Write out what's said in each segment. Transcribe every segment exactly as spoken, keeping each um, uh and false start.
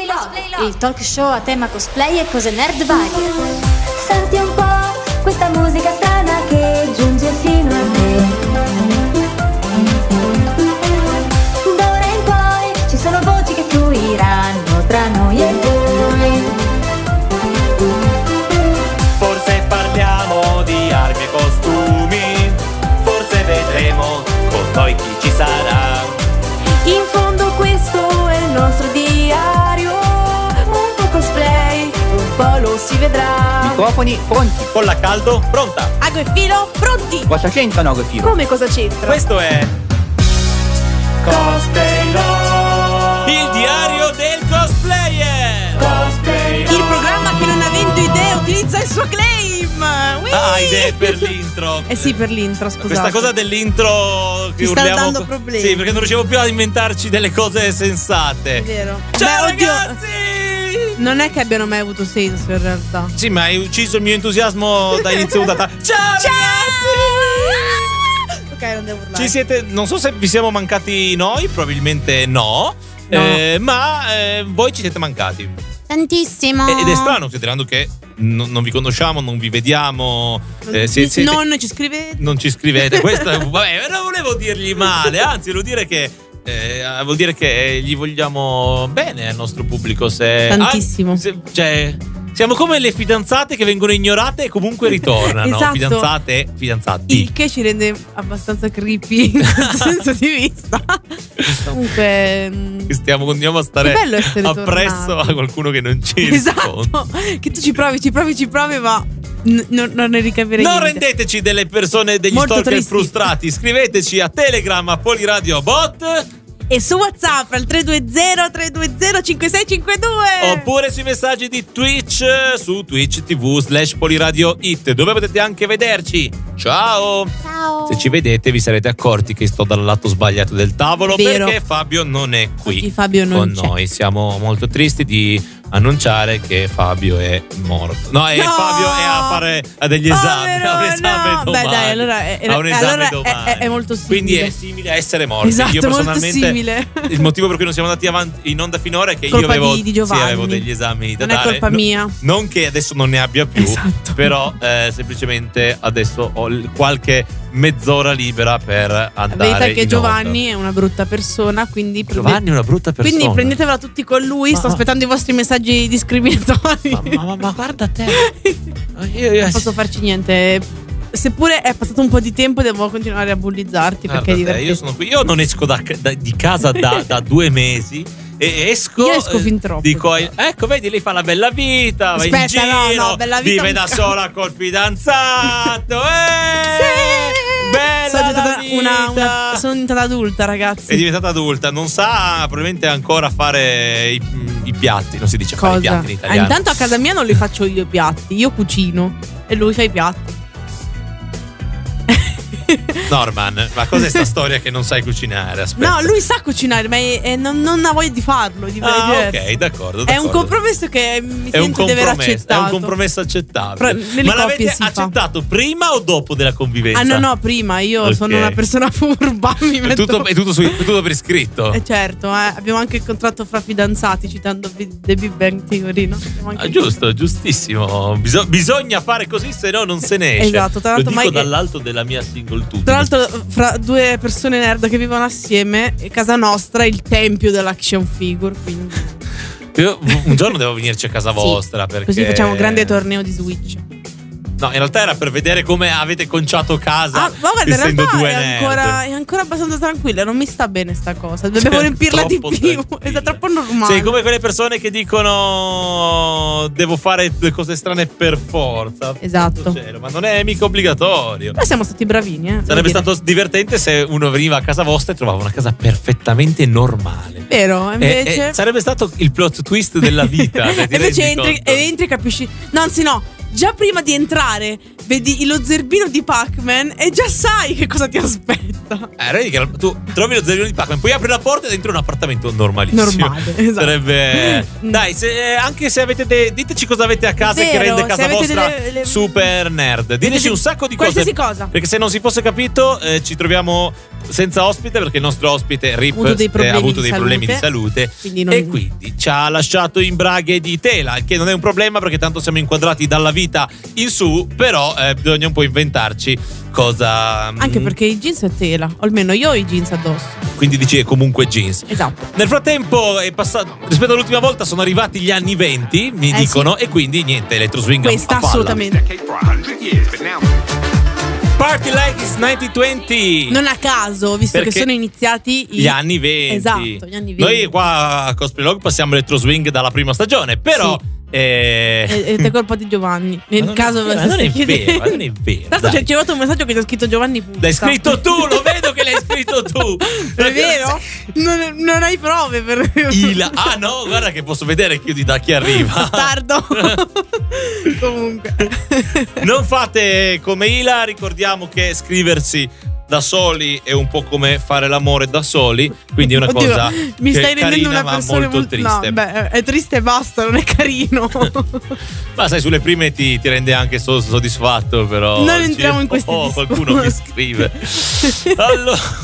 Love, il talk show a tema cosplay e cose nerd varie. Senti un po' questa musica strana che giunge fino a te. D'ora in poi ci sono voci che fluiranno tra noi e voi. Forse parliamo di armi e costumi, forse vedremo con noi chi ci sarà. In fondo questo è il nostro diario, un po' cosplay, un po' lo si vedrà. Microfoni pronti. Colla a caldo, pronta. Ago e filo, pronti! Cosa c'entrano ago e filo? Come cosa c'entra? Questo è Cosplay Love, il diario del cosplayer. Cosplay Love, Il programma che non avendo idee utilizza il suo claim. Whee! Ah, idee per l'intro. Eh sì, per l'intro, scusate. Questa cosa dell'intro che Ci sta urliamo dando problemi. Sì, perché non riusciamo più a inventarci delle cose sensate. È vero. Ciao Beh, oddio, ragazzi! non è che abbiano mai avuto senso in realtà. Sì, ma hai ucciso il mio entusiasmo da inizio puntata. Ciao, Ciao! ragazzi! Ok, non devo urlare. Ci siete, non so se vi siamo mancati noi, probabilmente no, No. eh, ma eh, voi ci siete mancati. Tantissimo. Ed è strano, considerando che non, non vi conosciamo, non vi vediamo, eh, se- siete- Non ci scrivete. non ci scrivete. Questo è, vabbè, non volevo dirgli male, anzi, vuol dire che eh, vuol dire che gli vogliamo bene al nostro pubblico. Se, Tantissimo. ah, se- cioè, siamo come le fidanzate che vengono ignorate e comunque ritornano. Esatto. Fidanzate e fidanzati. Il che ci rende abbastanza creepy in questo senso di vista. Comunque mm, Stiamo, continuiamo a stare È bello essere appresso tornati. a qualcuno che non ci risponde. esatto. Che tu ci provi, ci provi, ci provi, ma n- non- non ne ricaverei Non niente. rendeteci delle persone, degli Molto stalker tristi. frustrati. Scriveteci a Telegram, a Poliradio Bot, E su WhatsApp al tre due zero tre due zero cinque sei cinque due. oppure sui messaggi di Twitch su Twitch tivù slash Poliradio It, dove potete anche vederci. Ciao! Ciao. Se ci vedete vi sarete accorti che sto dal lato sbagliato del tavolo, Vero. perché Fabio non è qui Oggi Fabio non con c'è. noi. Siamo molto tristi di annunciare che Fabio è morto. No, è No! Fabio è a fare a degli esami. Povero, ha un esame no. domani. Beh, dai, allora è- ha un esame allora è- domani. è- è molto simile. Quindi è simile a essere morto. Esatto, Io molto personalmente simile. il motivo per cui non siamo andati avanti in onda finora è che Colpa io avevo, di- di sì, Giovanni. avevo degli esami da Non è dare. colpa No- mia. Non che adesso non ne abbia più, Esatto. però eh, semplicemente adesso ho l- qualche mezz'ora libera per La andare verità è che in Giovanni è una brutta persona, quindi prende- Giovanni è una brutta persona. Quindi prendetevela tutti con lui. Ma- Sto aspettando i vostri messaggi discriminatori. Ma, ma- ma- ma guarda te. Io- io- Non posso farci niente. Seppure è passato un po' di tempo, devo continuare a bullizzarti Guarda perché è te, divertente. io sono qui. Io non esco da, da- di casa da, da due mesi. E esco, Io esco eh, fin troppo, dico, però. ecco, vedi, lei fa la bella vita, va in Aspetta, no, giro, no, bella vita vive un da cazzo. sola col fidanzato. Eh, Sì! bella Sono diventata, la vita. una, una- sono diventata adulta, ragazzi. È diventata adulta, non sa probabilmente ancora fare i, i piatti, non si dice fare i Cosa? piatti in Ah, italiano. intanto a casa mia non li faccio io i piatti, io cucino e lui fa i piatti. Norman, ma cos'è sta storia che non sai cucinare? Aspetta. No, lui sa cucinare, ma è- è- non, non ha voglia di farlo. Di Ah, vedere. ok, d'accordo, È un d'accordo. compromesso che mi È un sento di aver compromesso, è accettato. un compromesso accettabile. Però nelle Ma coppie l'avete si fa. accettato prima o dopo della convivenza? Ah no no, prima io Ok. sono una persona furba, mi È metto... tutto, è tutto, su- è tutto per iscritto. Eh certo, eh, abbiamo anche il contratto fra fidanzati, citando Bi- The Big Bang Theory, no? Abbiamo anche Ah, il- giusto, giustissimo. Biso- bisogna fare così, se no non se ne esce. Esatto, tra l'altro Lo dico mai- dall'alto della mia singletudine. Tra l'altro, fra due persone nerd che vivono assieme, casa nostra è il tempio dell'action figure, quindi Io un giorno devo venirci a casa vostra perché così facciamo un grande torneo di Switch. No, in realtà era per vedere come avete conciato casa. Ah, ma guarda, in essendo realtà due è nerd. ancora, è ancora abbastanza tranquilla, non mi sta bene sta cosa. Dobbiamo Cioè, riempirla di troppo più. tranquilla. È troppo normale. Sei come quelle persone che dicono devo fare due cose strane per forza. Esatto. Santo cielo, ma non è mica obbligatorio. Però siamo stati bravini, eh. devo Sarebbe dire. stato divertente se uno veniva a casa vostra e trovava una casa perfettamente normale. Vero, E- invece. e sarebbe stato il plot twist della vita. cioè, ti E invece rendi entri conto? e entri e capisci. No, anzi, no. già prima di entrare vedi lo zerbino di Pac-Man e già sai che cosa ti aspetta. Eh, vedi che tu trovi lo zerbino di Pac-Man, poi apri la porta e dentro un appartamento normalissimo. Normale, esatto. Sarebbe. Dai, se, anche se avete. De... Diteci cosa avete a casa Vero, che rende casa se avete vostra delle- le- super nerd. Diteci un sacco di cose. qualsiasi cosa. Perché se non si fosse capito, eh, ci troviamo senza ospite perché il nostro ospite Rip Ha avuto dei eh, problemi ha avuto di dei problemi di salute, salute quindi non- e quindi ci ha lasciato in braghe di tela, il che non è un problema perché tanto siamo inquadrati dalla vita in su, però eh, bisogna un po' inventarci cosa. Anche perché i jeans è tela, o almeno io ho i jeans addosso. Quindi dici è comunque jeans. Esatto. Nel frattempo è passato, rispetto all'ultima volta sono arrivati gli anni venti, mi Eh, dicono, e quindi niente, electro swing Questa a palla. assolutamente. Party like it's nineteen-venti. Non a caso, visto Perché che sono iniziati i- Gli anni venti. Esatto, gli anni venti. Noi qua a Cosplay Log passiamo electro swing dalla prima stagione, però Sì. eh, Ed è colpa di Giovanni. ma Nel non caso è, ve lo ma non è stessi vero, chiedendo. ma non è vero. Tanto dai. c'è arrivato un messaggio che ti ha scritto Giovanni Puzza. L'hai scritto tu, lo vedo che l'hai scritto tu. È vero? Non, non hai prove per. Ila. Ah no, guarda che posso vedere chiudi da chi arriva. Bastardo. Comunque. Non fate come Ila, ricordiamo che scriversi da soli è un po' come fare l'amore da soli, quindi è una Oddio, cosa mi che stai è rendendo carina una ma persona molto, molto triste. No, beh, è triste e basta, non è carino. Ma sai, sulle prime ti, ti rende anche so- soddisfatto, però Non dici, entriamo in questi oh, discorsi. qualcuno mi scrive. Allora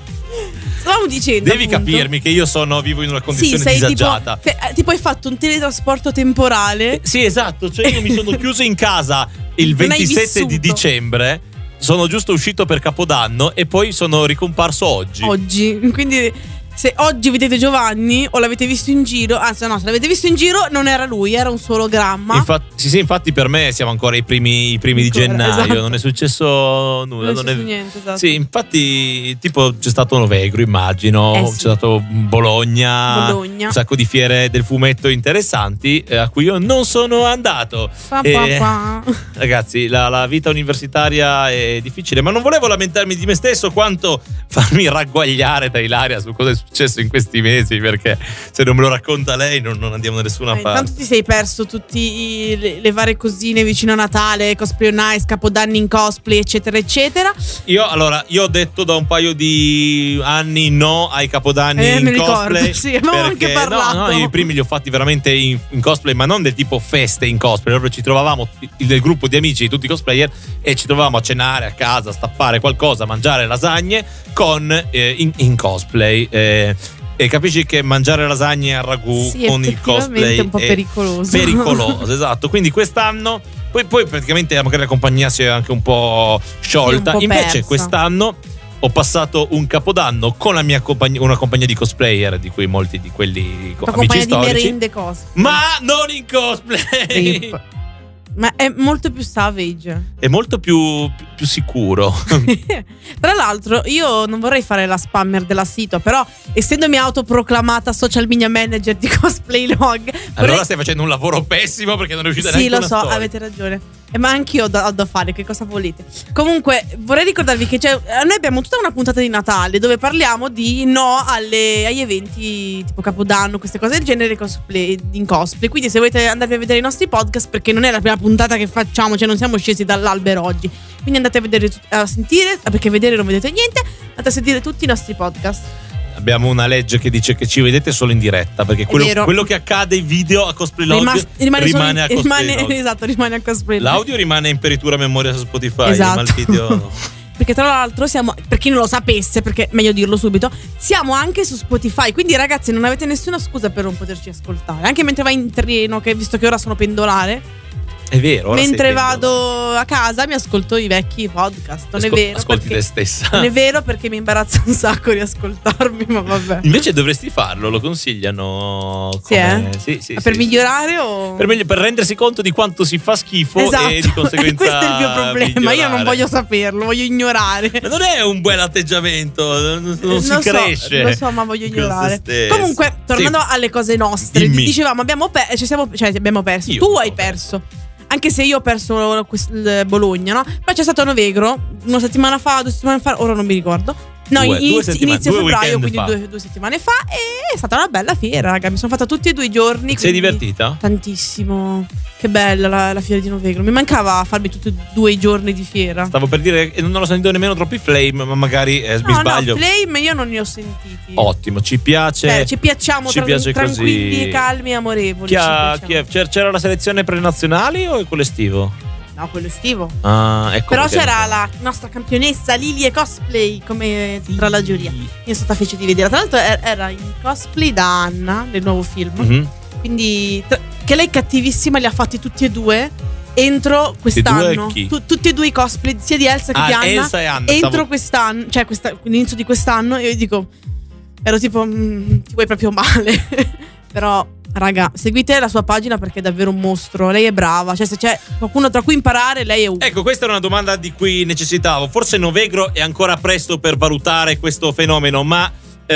Stavamo dicendo. devi appunto. capirmi che io sono vivo in una Sì, condizione sei disagiata. tipo, fe- tipo hai fatto un teletrasporto temporale. Sì, esatto, cioè io mi sono chiuso in casa il Non hai ventisette di vissuto. dicembre. Sono giusto uscito per Capodanno e poi sono ricomparso oggi. Oggi. Quindi se oggi vedete Giovanni o l'avete visto in giro, anzi no, se l'avete visto in giro non era lui, era un suo ologramma. Infatti, sì, sì, infatti per me siamo ancora i primi, i primi di Ancora, gennaio, esatto. non è successo nulla. Non è successo niente, esatto. Sì, infatti, tipo c'è stato Novegro, immagino, Eh sì. c'è stato Bologna, Bologna. un sacco di fiere del fumetto interessanti eh, a cui io non sono andato. Pa, E- pa, pa. Ragazzi, la, la vita universitaria è difficile, ma non volevo lamentarmi di me stesso quanto farmi ragguagliare da Ilaria su cosa è successo in questi mesi, perché se non me lo racconta lei non, non andiamo da nessuna Eh, parte. Intanto ti sei perso tutte le, le varie cosine vicino a Natale, cosplay on ice, capodanni in cosplay, eccetera, eccetera. Io allora, io ho detto da un paio di anni no ai capodanni Eh, in mi ricordo, cosplay. sì, avevamo anche perché- parlato. No, no, i primi li ho fatti veramente in, in cosplay, ma non del tipo feste in cosplay. Proprio ci trovavamo il del gruppo di amici, tutti cosplayer, e ci trovavamo a cenare a casa, a stappare qualcosa, mangiare lasagne con eh, in, in cosplay. Eh, e capisci che mangiare lasagne al ragù Sì, con il effettivamente cosplay è un po' pericoloso. Pericoloso, esatto. Quindi quest'anno. Poi, poi praticamente magari la compagnia si è anche un po' sciolta. Sì, un po' Invece persa. quest'anno ho passato un capodanno con la mia compagnia, una compagnia di cosplayer, di cui molti di quelli co- Tua amici compagnia di storici. merende cosplay. Ma non in cosplay! Rip. Ma è molto più savage. È molto più, più, più sicuro. Tra l'altro, io non vorrei fare la spammer della sito, però essendomi autoproclamata social media manager di Cosplay Log, Allora vorrei- stai facendo un lavoro pessimo perché non riuscite sì, neanche lo una so, storia. avete ragione. Eh, ma anch'io ho da, ho da fare, che cosa volete? Comunque, vorrei ricordarvi che c'è, noi abbiamo tutta una puntata di Natale dove parliamo di no alle, agli eventi tipo Capodanno, queste cose del genere cosplay, in cosplay. Quindi se volete andare a vedere i nostri podcast, perché non è la prima puntata che facciamo, cioè non siamo scesi dall'albero oggi. Quindi andate a vedere, a sentire, perché vedere non vedete niente, andate a sentire tutti i nostri podcast. Abbiamo una legge che dice che ci vedete solo in diretta, perché quello, vero. quello che accade in video a Cosplay Log Rimas- rimane, solo in- a Cosplay rimane- Log. esatto, rimane a Cosplay Log. L'audio rimane in peritura memoria su Spotify, Esatto. ma il video no. Perché tra l'altro siamo, per chi non lo sapesse, perché meglio dirlo subito, siamo anche su Spotify. Quindi ragazzi non avete nessuna scusa per non poterci ascoltare. Anche mentre vai in treno, che visto che ora sono pendolare, È vero. ora mentre sei vado a casa mi ascolto i vecchi podcast. Non Ascol- è vero. ascolti perché- te stessa. Non è vero perché mi imbarazza un sacco riascoltarmi, ma vabbè. Invece dovresti farlo, lo consigliano. Sì, come- eh? sì, sì, Ma per sì, migliorare o. Per, meglio- per rendersi conto di quanto si fa schifo Esatto, e di conseguenza. questo è il mio problema. Io non migliorare. voglio saperlo, voglio ignorare. Ma non è un buon atteggiamento, non, non si Lo so, cresce. Lo so, ma voglio con se ignorare. stessi. Comunque, tornando Sì. alle cose nostre, Dimmi. dicevamo, abbiamo, per- cioè, siamo, cioè, abbiamo perso. Io tu ho hai perso. Anche se io ho perso quest- il Bologna, no? Poi c'è stato Novegro una settimana fa, due settimane fa, ora non mi ricordo. No, Due- inizio, due settimane- inizio due febbraio, weekend quindi fa. due, due settimane fa. E è stata una bella fiera, raga. Mi sono fatta tutti e due i giorni. Sei quindi divertita? Tantissimo. Che bella la, la fiera di Novegro. Mi mancava farmi tutti e due i giorni di fiera. Stavo per dire che non ho sentito nemmeno troppi flame, ma magari eh, mi No, sbaglio. no, Flame io non ne ho sentiti. Ottimo, ci piace. Eh, ci piacciamo ci tra- piace tranquilli, così. calmi e amorevoli. Chi ci ha- piacciamo. chi è- c'era- C'era la selezione pre-nazionali o è quello estivo? No, quello estivo. Ah, ecco. Però perché- c'era la nostra campionessa Lilie Cosplay come tra la giuria. Io sono stata felice di vedere. Tra l'altro er- era in cosplay da Anna nel nuovo film. Mhm. Quindi tra- che lei cattivissima li ha fatti tutti e due entro quest'anno. chi? Tu- tutti e due i cosplay sia di Elsa che Ah, di Anna. Elsa e Anna, Entro stavo- quest'anno, cioè questa- l'inizio di quest'anno, io dico ero tipo "Mm, ti vuoi proprio male". Però raga, seguite la sua pagina perché è davvero un mostro. Lei è brava, cioè se c'è qualcuno tra cui imparare, lei è uno. Ecco, questa era una domanda di cui necessitavo. Forse Novegro è ancora presto per valutare questo fenomeno, ma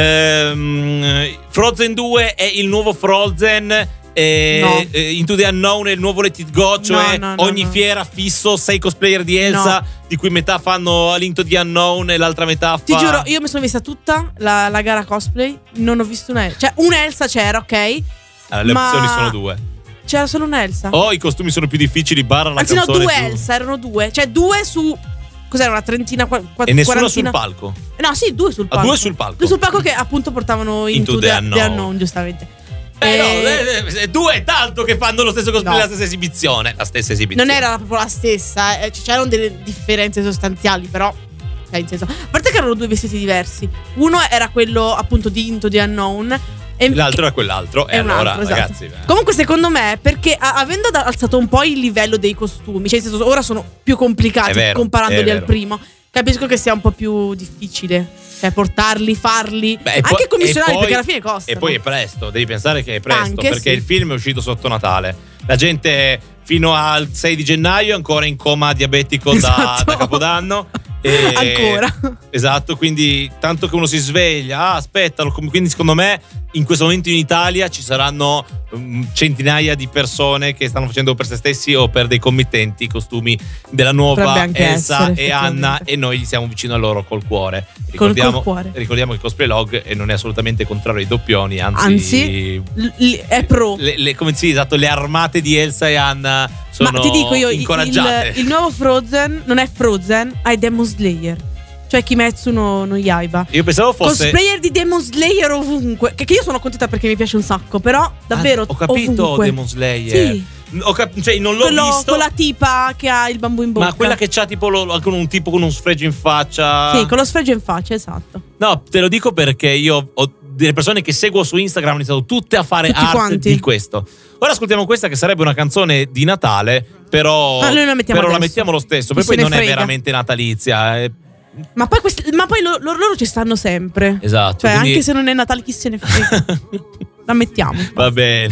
ehm, Frozen due è il nuovo Frozen. E No. eh, Into the Unknown è il nuovo Let It Go, cioè No, no, no, ogni no. fiera fisso sei cosplayer di Elsa, No. di cui metà fanno Into the Unknown e l'altra metà fa. Ti giuro, io mi sono vista tutta la, la gara cosplay, non ho visto una Elsa. Cioè, una Elsa c'era, ok? Ah, le ma- opzioni sono due. C'era solo una Elsa. O i costumi sono più difficili, barra la Anzi, no, canzone due più- Elsa, erano due. Cioè, due su. Cos'era una trentina? Qua, qua- E nessuno quarantina? sul palco. No, sì, due sul Ah, palco. due sul palco. Due sul palco che appunto portavano Into Into, the the, Unknown. the Unknown, giustamente. Eh, E- no, eh, eh, due è tanto che fanno lo stesso cosplay, No. la stessa esibizione. La stessa esibizione. Non era proprio la stessa, eh, c'erano delle differenze sostanziali, però. Cioè, in senso. A parte che erano due vestiti diversi. Uno era quello appunto di Into the Unknown. E L'altro era quell'altro. E è un allora, altro, esatto. ragazzi. eh. Comunque, secondo me, perché a- avendo da- alzato un po' il livello dei costumi, cioè, nel senso, ora sono più complicati È vero, comparandoli è al vero. primo. Capisco che sia un po' più difficile. Cioè, portarli, farli. Beh, e anche poi- commissionarli, e poi- perché alla fine costano. E poi è presto, devi pensare che è presto, Anche, perché sì. il film è uscito sotto Natale. La gente fino al sei di gennaio è ancora in coma diabetico da, Esatto. da Capodanno. E- Ancora. Esatto, quindi tanto che uno si sveglia, ah, aspetta, lo- quindi secondo me in questo momento in Italia ci saranno um, centinaia di persone che stanno facendo per se stessi o per dei committenti i costumi della Potrebbe nuova anche Elsa essere, e Anna, effettivamente. e noi siamo vicino a loro col cuore. Col- Ricordiamo, col cuore. ricordiamo che Cosplay Log e non è assolutamente contrario ai doppioni, anzi, Anzi, l- l- è pro. le, le- come si dice, esatto, le armate di Elsa e Anna sono Ma ti dico io, il, incoraggiate. il nuovo Frozen non è Frozen, è Demon Slayer. Cioè Kimetsu no, no Yaiba. Io pensavo fosse Cosplayer di Demon Slayer ovunque. Che, che io sono contenta perché mi piace un sacco. Però davvero Ah, ho capito ovunque. Demon Slayer. Sì. Ho cap- cioè, non l'ho Quello visto. con la tipa che ha il bambù in bocca. Ma quella che c'ha tipo lo- anche un tipo con un sfregio in faccia. Sì, con lo sfregio in faccia, esatto. No, te lo dico perché io ho delle persone che seguo su Instagram hanno iniziato tutte a fare Tutti arte quanti. di questo. Ora ascoltiamo questa che sarebbe una canzone di Natale, però, Ah, noi la mettiamo però la adesso. mettiamo lo stesso, Chi perché poi se ne non è frega. veramente natalizia. È... Ma poi, questi- ma poi lo- lo- loro ci stanno sempre. Esatto. Cioè, quindi- anche se non è Natale, chi se ne frega. La mettiamo. Va bene.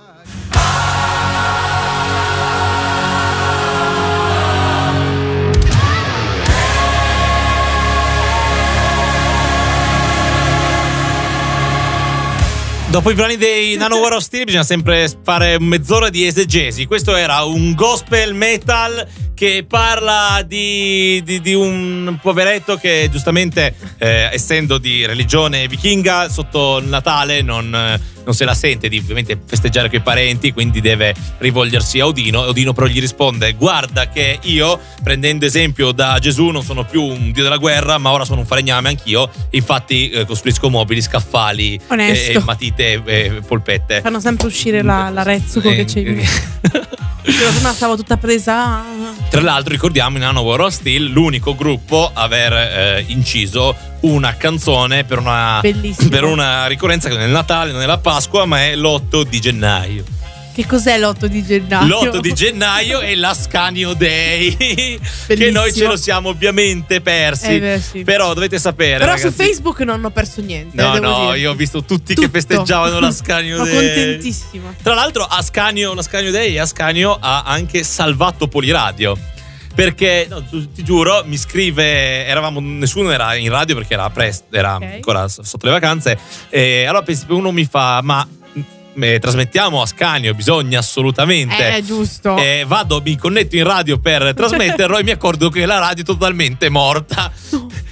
Dopo i brani dei Nano War of Steel bisogna sempre fare mezz'ora di esegesi. Questo era un gospel metal che parla di, di, di un poveretto che giustamente, eh, essendo di religione vichinga, sotto il Natale non, eh, non se la sente di ovviamente festeggiare coi parenti, quindi deve rivolgersi a Odino. E Odino però gli risponde: guarda che io, prendendo esempio da Gesù, non sono più un dio della guerra, ma ora sono un falegname anch'io. Infatti eh, costruisco mobili, scaffali, Onesto. e matite e polpette. Fanno sempre uscire la, la Rezzuko Eh, che c'è in me. eh, Io prima stavo tutta presa. Tra l'altro ricordiamo in Nano War of Steel l'unico gruppo a aver eh, inciso una canzone per una, Bellissimo. per una ricorrenza che non è il Natale, non è la Pasqua, ma è l'otto di gennaio. Che cos'è l'otto di gennaio? L'otto di gennaio è l'Ascanio Day, che noi ce lo siamo ovviamente persi. Eh beh, sì. Però dovete sapere, Però ragazzi, su Facebook non ho perso niente. No, eh, devo no, dire. io ho visto tutti Tutto. che festeggiavano l'Ascanio Sono Day. contentissima. Tra l'altro Ascanio, l'Ascanio Day, Ascanio ha anche salvato Poliradio. Perché, no, ti giuro, mi scrive, eravamo, nessuno era in radio perché era presto, era Ok. ancora s- sotto le vacanze. E allora pensi- uno mi fa, ma eh, trasmettiamo Ascanio, bisogna assolutamente. Eh, è giusto. E vado, mi connetto in radio per trasmetterlo e mi accorgo che la radio è totalmente morta.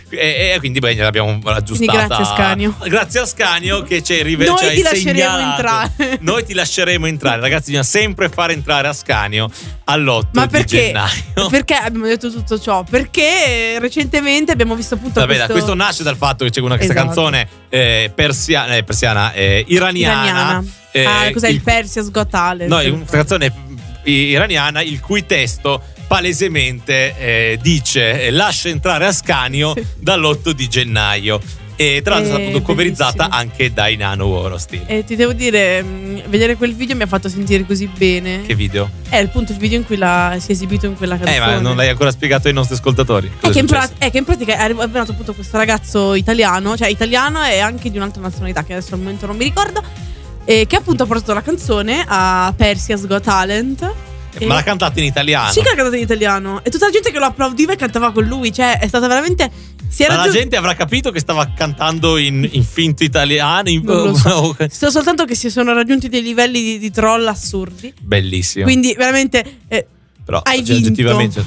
E, e quindi beh, l'abbiamo aggiustata. Quindi grazie Ascanio. Grazie a Ascanio che ci hai rive- Noi ci hai ti lasceremo segnalato. entrare. Noi ti lasceremo entrare, ragazzi. Bisogna sempre fare entrare Ascanio all'otto Ma di perché? gennaio. Perché abbiamo detto tutto ciò? Perché recentemente abbiamo visto appunto Vabbè, questo... questo nasce dal fatto che c'è una questa Esatto. canzone eh, persiana, eh, persiana eh, iraniana. iraniana. eh, ah, cos'è il, il- Persia's Got Talent? No, è una canzone iraniana il cui testo palesemente eh, dice eh, lascia entrare Ascanio dall'otto di gennaio. E tra l'altro è Eh, stata coverizzata bellissimo. anche dai Nano Orostil. E ti devo dire, mh, vedere quel video mi ha fatto sentire così bene. Che video? È appunto il video in cui la, si è esibito in quella canzone. Eh, ma non l'hai ancora spiegato ai nostri ascoltatori. È Cosa che, in successo? pra- è che in pratica è arrivato appunto questo ragazzo italiano, cioè italiano e anche di un'altra nazionalità che adesso al momento non mi ricordo, e che appunto ha portato la canzone a Persia's Got Talent. E- Ma l'ha cantata in italiano. Sì che l'ha cantata in italiano. E tutta la gente che lo applaudiva e cantava con lui. Cioè è stata veramente... Si Ma era la giu- gente avrà capito che stava cantando in, in finto italiano. In... Non lo so. So soltanto che si sono raggiunti dei livelli di, di troll assurdi. Bellissimo. Quindi veramente eh, Però hai cioè, vinto. oggettivamente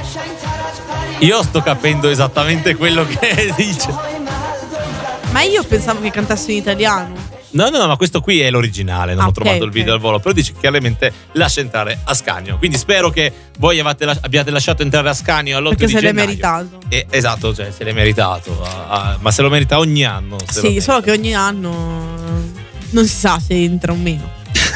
io sto capendo esattamente quello che dice. Ma io pensavo che cantasse in italiano. No, no, no, ma questo qui è l'originale. Non Ah, ho ok, trovato il ok. video al volo. Però dice chiaramente lascia entrare Ascanio. Quindi spero che voi avate las- abbiate lasciato entrare Ascanio all'otto Perché di se l'è gennaio. meritato. E- esatto, cioè se l'è meritato. Ah, ah, ma se lo merita ogni anno. se lo Sì, merita. solo che ogni anno non si sa se entra o meno.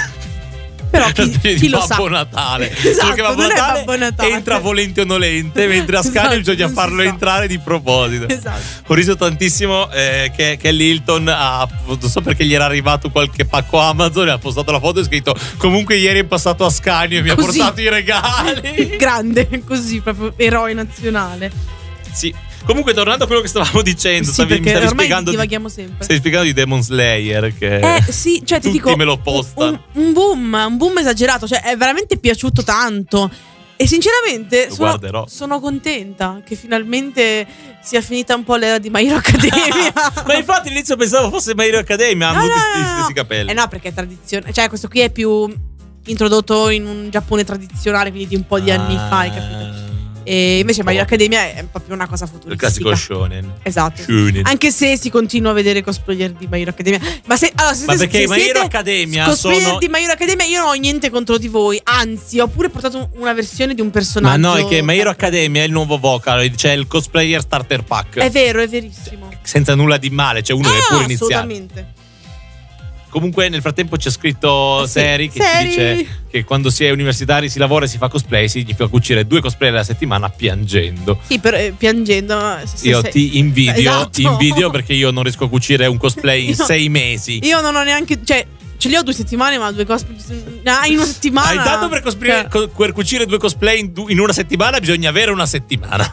Però Una chi, specie chi di lo Babbo sa. Natale. Esatto, Solo che Babbo non è Natale, Babbo Natale. entra volente o nolente, mentre Ascanio Esatto, bisogna non si farlo sa. entrare di proposito. Esatto. Ho riso tantissimo eh, che, che Lilton ha, non so perché gli era arrivato qualche pacco Amazon e ha postato la foto e ha scritto comunque ieri è passato Ascanio e mi ha Così. portato i regali. Grande, così, proprio eroe nazionale. Sì. Comunque tornando a quello che stavamo dicendo, Sì, stavi, mi perché stavi ormai spiegando di, divaghiamo sempre. stavi spiegando di Demon Slayer che Eh sì, cioè ti tutti dico me lo postano. un, un boom, un boom esagerato, cioè è veramente piaciuto tanto. E sinceramente Lo sono, guarderò. sono contenta che finalmente sia finita un po' l'era di My Hero Academia. Ma infatti all'inizio pensavo fosse My Hero Academia, hanno No, no, tutti no, gli no. stessi capelli. Eh no, perché è tradizione. Cioè, questo qui è più introdotto in un Giappone tradizionale, quindi di un po' di anni fa, hai capito? E invece My Hero Academia è proprio una cosa Il futuristica. classico shonen. Esatto. Shonen. Anche se si continua a vedere cosplayer di My Hero Academia. Ma se, allora, se Ma se- perché se My Hero siete Academia cosplayer sono- di My Hero Academia, io non ho niente contro di voi. Anzi, ho pure portato una versione di un Ma personaggio. no, è che My Hero Academia è il nuovo Vocaloid, c'è il cosplayer starter pack. È vero, è verissimo. Senza nulla di male, c'è uno che è Ah, pure iniziato. assolutamente. Comunque nel frattempo c'è scritto Eh sì, Seri che Seri. ci dice che quando si è universitari si lavora e si fa cosplay, significa cucire due cosplay alla settimana piangendo. Sì, però eh, piangendo. se- se Io sei- ti invidio, Esatto. invidio perché io non riesco a cucire un cosplay in Io- sei mesi. Io non ho neanche. Cioè, ce li ho due settimane, ma due cosplay. Ah, in una settimana. Hai dato per, cosplay- Cioè, co- per cucire due cosplay in, du- in una settimana bisogna avere una settimana.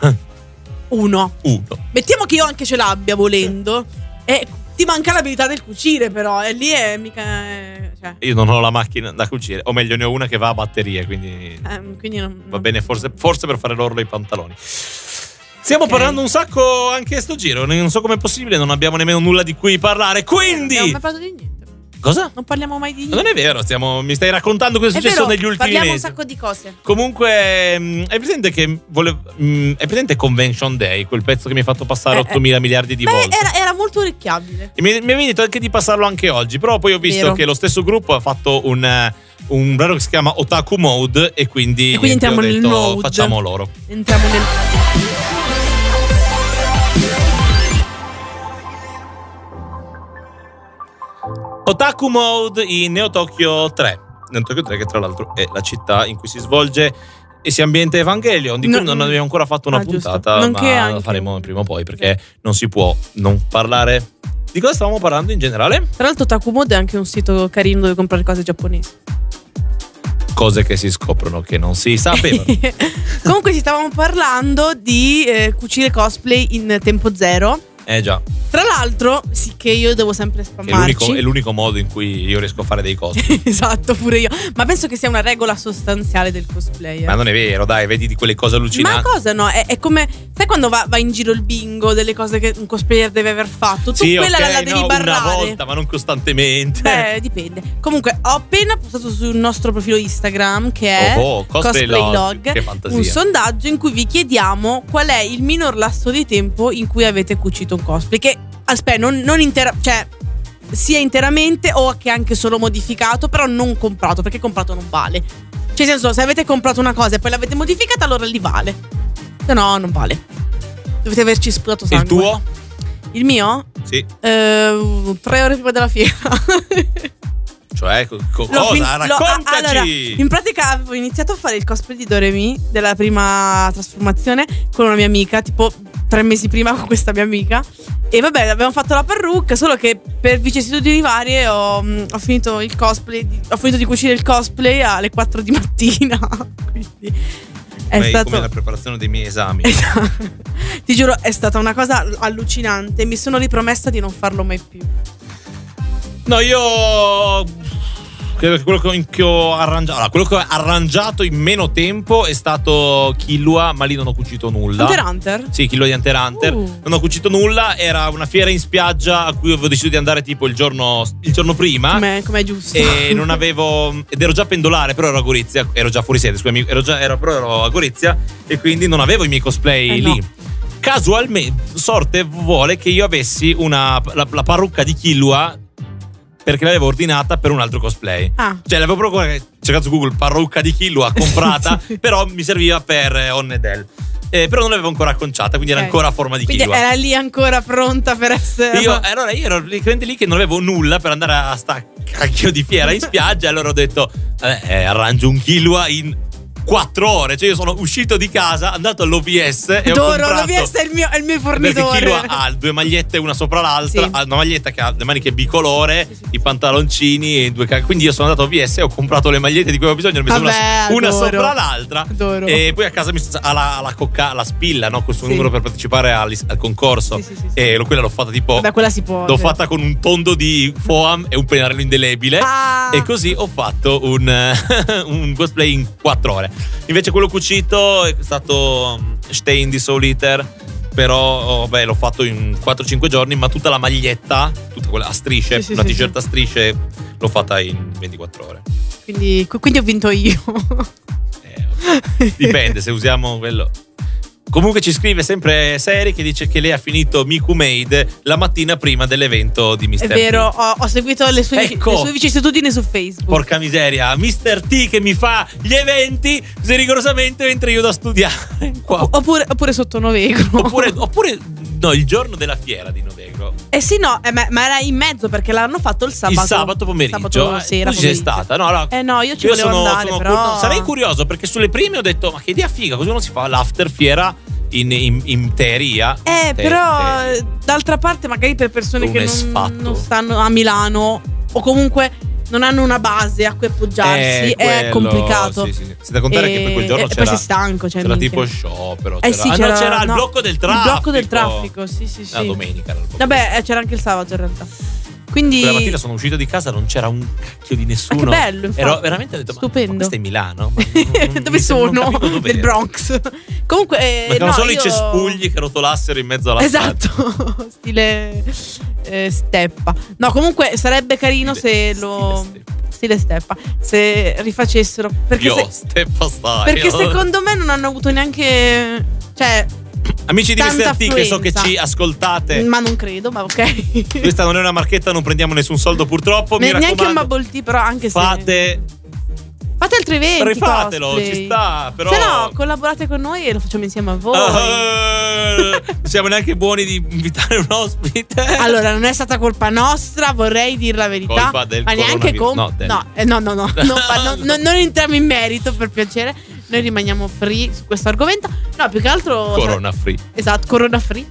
uno. Uno. Mettiamo che io anche ce l'abbia volendo. E ti manca l'abilità del cucire, però. E lì è mica. eh, Cioè, Io non ho la macchina da cucire, o meglio ne ho una che va a batterie, quindi ehm, quindi non, va bene forse, forse per fare l'orlo ai pantaloni. Stiamo Ok. parlando un sacco anche sto giro, non so com'è possibile, non abbiamo nemmeno nulla di cui parlare, Non quindi... abbiamo mai parlato di niente. Cosa? Non parliamo mai di niente. Non è vero, stiamo, mi stai raccontando cosa è È successo vero, negli ultimi parliamo mesi. un sacco di cose. Comunque, mh, hai presente che vole- mh, hai presente Convention Day, quel pezzo che mi hai fatto passare Eh, ottomila miliardi di Beh, volte? era, era molto orecchiabile. E mi, mi è venuto anche di passarlo anche oggi, però poi ho visto Vero. che lo stesso gruppo ha fatto un, eh, un brano che si chiama Otaku Mode e quindi, E quindi niente, ho entriamo nel detto, mode. facciamo loro. Entriamo nel. Otaku Mode in Neo Tokyo tre. Neo Tokyo tre che tra l'altro è la città in cui si svolge e si ambienta Evangelion, di cui No, non abbiamo ancora fatto una ah, giusto. puntata, Nonché ma anche- la faremo prima o poi perché non si può non parlare. Di cosa stavamo parlando in generale? Tra l'altro, Otaku Mode è anche un sito carino dove comprare cose giapponesi. Cose che si scoprono che non si sapevano. Comunque, ci stavamo parlando di eh, cucire cosplay in tempo zero. Eh già. Tra l'altro, si che io devo sempre È spammarci. l'unico, è l'unico modo in cui io riesco a fare dei cosplay. Esatto, pure io. Ma penso che sia una regola sostanziale del cosplayer. Ma non è vero, dai, vedi di quelle cose allucinanti. Ma cosa no? È, è come. Sai quando va, va in giro il bingo delle cose che un cosplayer deve aver fatto? Tu Sì, quella ok, la devi no, barrare. una volta, ma non costantemente. Beh, dipende. Comunque, ho appena postato sul nostro profilo Instagram, che è Oh, oh, Cosplay Log. Che fantasia. un sondaggio in cui vi chiediamo qual è il minor lasso di tempo in cui avete cucito un cosplay. Che, aspetta, non, non intera- cioè, sia interamente o che anche solo modificato, però non comprato, perché comprato non vale. Cioè, nel senso, se avete comprato una cosa e poi l'avete modificata, allora lì vale. Se no, non vale. Dovete averci sputato sangue. Il tuo? Il mio? Sì. Eh, tre ore prima della fiera. Cioè, co- co- L'ho fin- cosa? l'ho- Raccontaci! allora, in pratica avevo iniziato a fare il cosplay di Doremi della prima trasformazione con una mia amica, tipo tre mesi prima con questa mia amica. E vabbè, abbiamo fatto la parrucca, solo che per vicissitudini varie ho, ho finito il cosplay, di- ho finito di cucire il cosplay alle quattro di mattina. Quindi è Come- stato come la preparazione dei miei esami. Esatto. Ti giuro, è stata una cosa allucinante. Mi sono ripromessa di non farlo mai più. No, io credo che quello che che ho arrangiato, allora, quello che ho arrangiato in meno tempo è stato Killua, ma lì non ho cucito nulla. Hunter x Hunter? Sì, Killua di Hunter x Hunter. Uh. Non ho cucito nulla, era una fiera in spiaggia a cui avevo deciso di andare tipo il giorno, il giorno prima. Com'è, com'è giusto? E non avevo. Ed ero già pendolare, però ero a Gorizia. Ero già fuori sede, scusami. Ero già, ero, però ero a Gorizia. E quindi non avevo i miei cosplay Eh, lì. no. Casualmente, sorte vuole che io avessi una, la, la parrucca di Killua, perché l'avevo ordinata per un altro cosplay. Ah. Cioè l'avevo proprio cercato su Google, parrucca di Killua comprata. Però mi serviva per eh, Onnedel. Eh, però non l'avevo ancora acconciata, quindi era Ok. ancora a forma di Quindi Killua. era lì ancora pronta per essere. Io, allora io ero praticamente lì che non avevo nulla per andare a sta cacchio di fiera in spiaggia. E allora ho detto eh, arrangio un Killua in quattro ore. Cioè io sono uscito di casa, andato all'O V S e ho Adoro, comprato. l'O V S è il mio, è il mio Perché fornitore. Killua ha due magliette una sopra l'altra. Sì. Ha una maglietta che ha le maniche bicolore, Sì, sì. i pantaloncini e due ca- quindi io sono andato a O V S e ho comprato le magliette di cui avevo bisogno. Ne ho messo Vabbè, una, una adoro. sopra l'altra. Adoro. E poi a casa mi sta alla, alla cocca, alla spilla, no? Questo Sì. numero per partecipare al, al concorso. Sì, sì, sì, sì. E lo- quella l'ho fatta tipo. Vabbè, quella si può. L'ho cioè. fatta con un tondo di foam e un pennarello indelebile. Ah. E così ho fatto un, un cosplay in quattro ore. Invece quello cucito è stato um, Stein di Soul Eater. Però oh, beh, l'ho fatto in quattro cinque giorni. Ma tutta la maglietta, tutta quella a strisce, Sì, sì, una sì, t-shirt sì. a strisce, l'ho fatta in ventiquattro ore. Quindi, quindi ho vinto io. Eh, ok. Dipende se usiamo quello. Comunque ci scrive sempre Seri che dice che lei ha finito Miku Made la mattina prima dell'evento di È mister vero, T. ho, ho seguito le sue, Ecco. le sue vicissitudini su Facebook. Porca miseria, mister T che mi fa gli eventi se rigorosamente mentre io da studiare qua. Oppure, oppure sotto Novegro. Oppure, oppure no, il giorno della fiera di Novegro. Eh sì, no, eh, ma, ma era in mezzo perché l'hanno fatto il sabato. Il sabato pomeriggio. Sabato eh, sera tu ci sei pomeriggio. stata, no? Allora, Eh no, io ci io volevo sono, andare, sono però. cur- no, sarei curioso perché sulle prime ho detto ma che idea figa, così uno si fa l'after fiera in, in, in teoria. Eh, Te- però te- eh, d'altra parte magari per persone Un che non, esfatto. non stanno a Milano o comunque non hanno una base a cui appoggiarsi, Eh, è quello, complicato. sì, sì, sì. C'è da contare E- che poi quel giorno e poi c'era, sei stanco, cioè, c'era minchia. tipo sciopero. Eh c'era, sì, ah, c'era, no, c'era il no, blocco del il traffico. blocco del traffico, sì, sì, sì. La domenica era il blocco. Vabbè, eh, c'era anche il sabato in realtà. Quindi Quella mattina sono uscito di casa, non c'era un cacchio di nessuno. Ah, che bello, infatti. Ero veramente ho detto, ma- Stupendo. Ma questo è Milano? Ma non- non- dove mi sembra- non sono? capivo dov'era. Del Bronx. Comunque eh, Mancano no, solo io- i cespugli che rotolassero in mezzo alla strada. Esatto, stile eh, steppa. No, comunque sarebbe carino Stile- se lo stile stile steppa, se rifacessero perché, Io, se- steppa stai. perché oh. secondo me non hanno avuto neanche, cioè, Amici di tanta mister T che so che affluenza. ci ascoltate. ma non credo, ma ok. Questa non è una marchetta, non prendiamo nessun soldo purtroppo. Mi Ne- neanche un raccomando, bubble tea, però anche se fate fate altri eventi, rifatelo, cosplay. ci sta, però Se no, collaborate con noi e lo facciamo insieme a voi. Ah, non siamo neanche buoni di invitare un ospite. Allora, non è stata colpa nostra, vorrei dire la verità. Colpa del ma neanche coronavirus. con. No, del- No, eh, no, no, no, non, pa- non- non- non entriamo in merito, per piacere. Noi rimaniamo free su questo argomento. No, più che altro. Corona free. Esatto, corona free.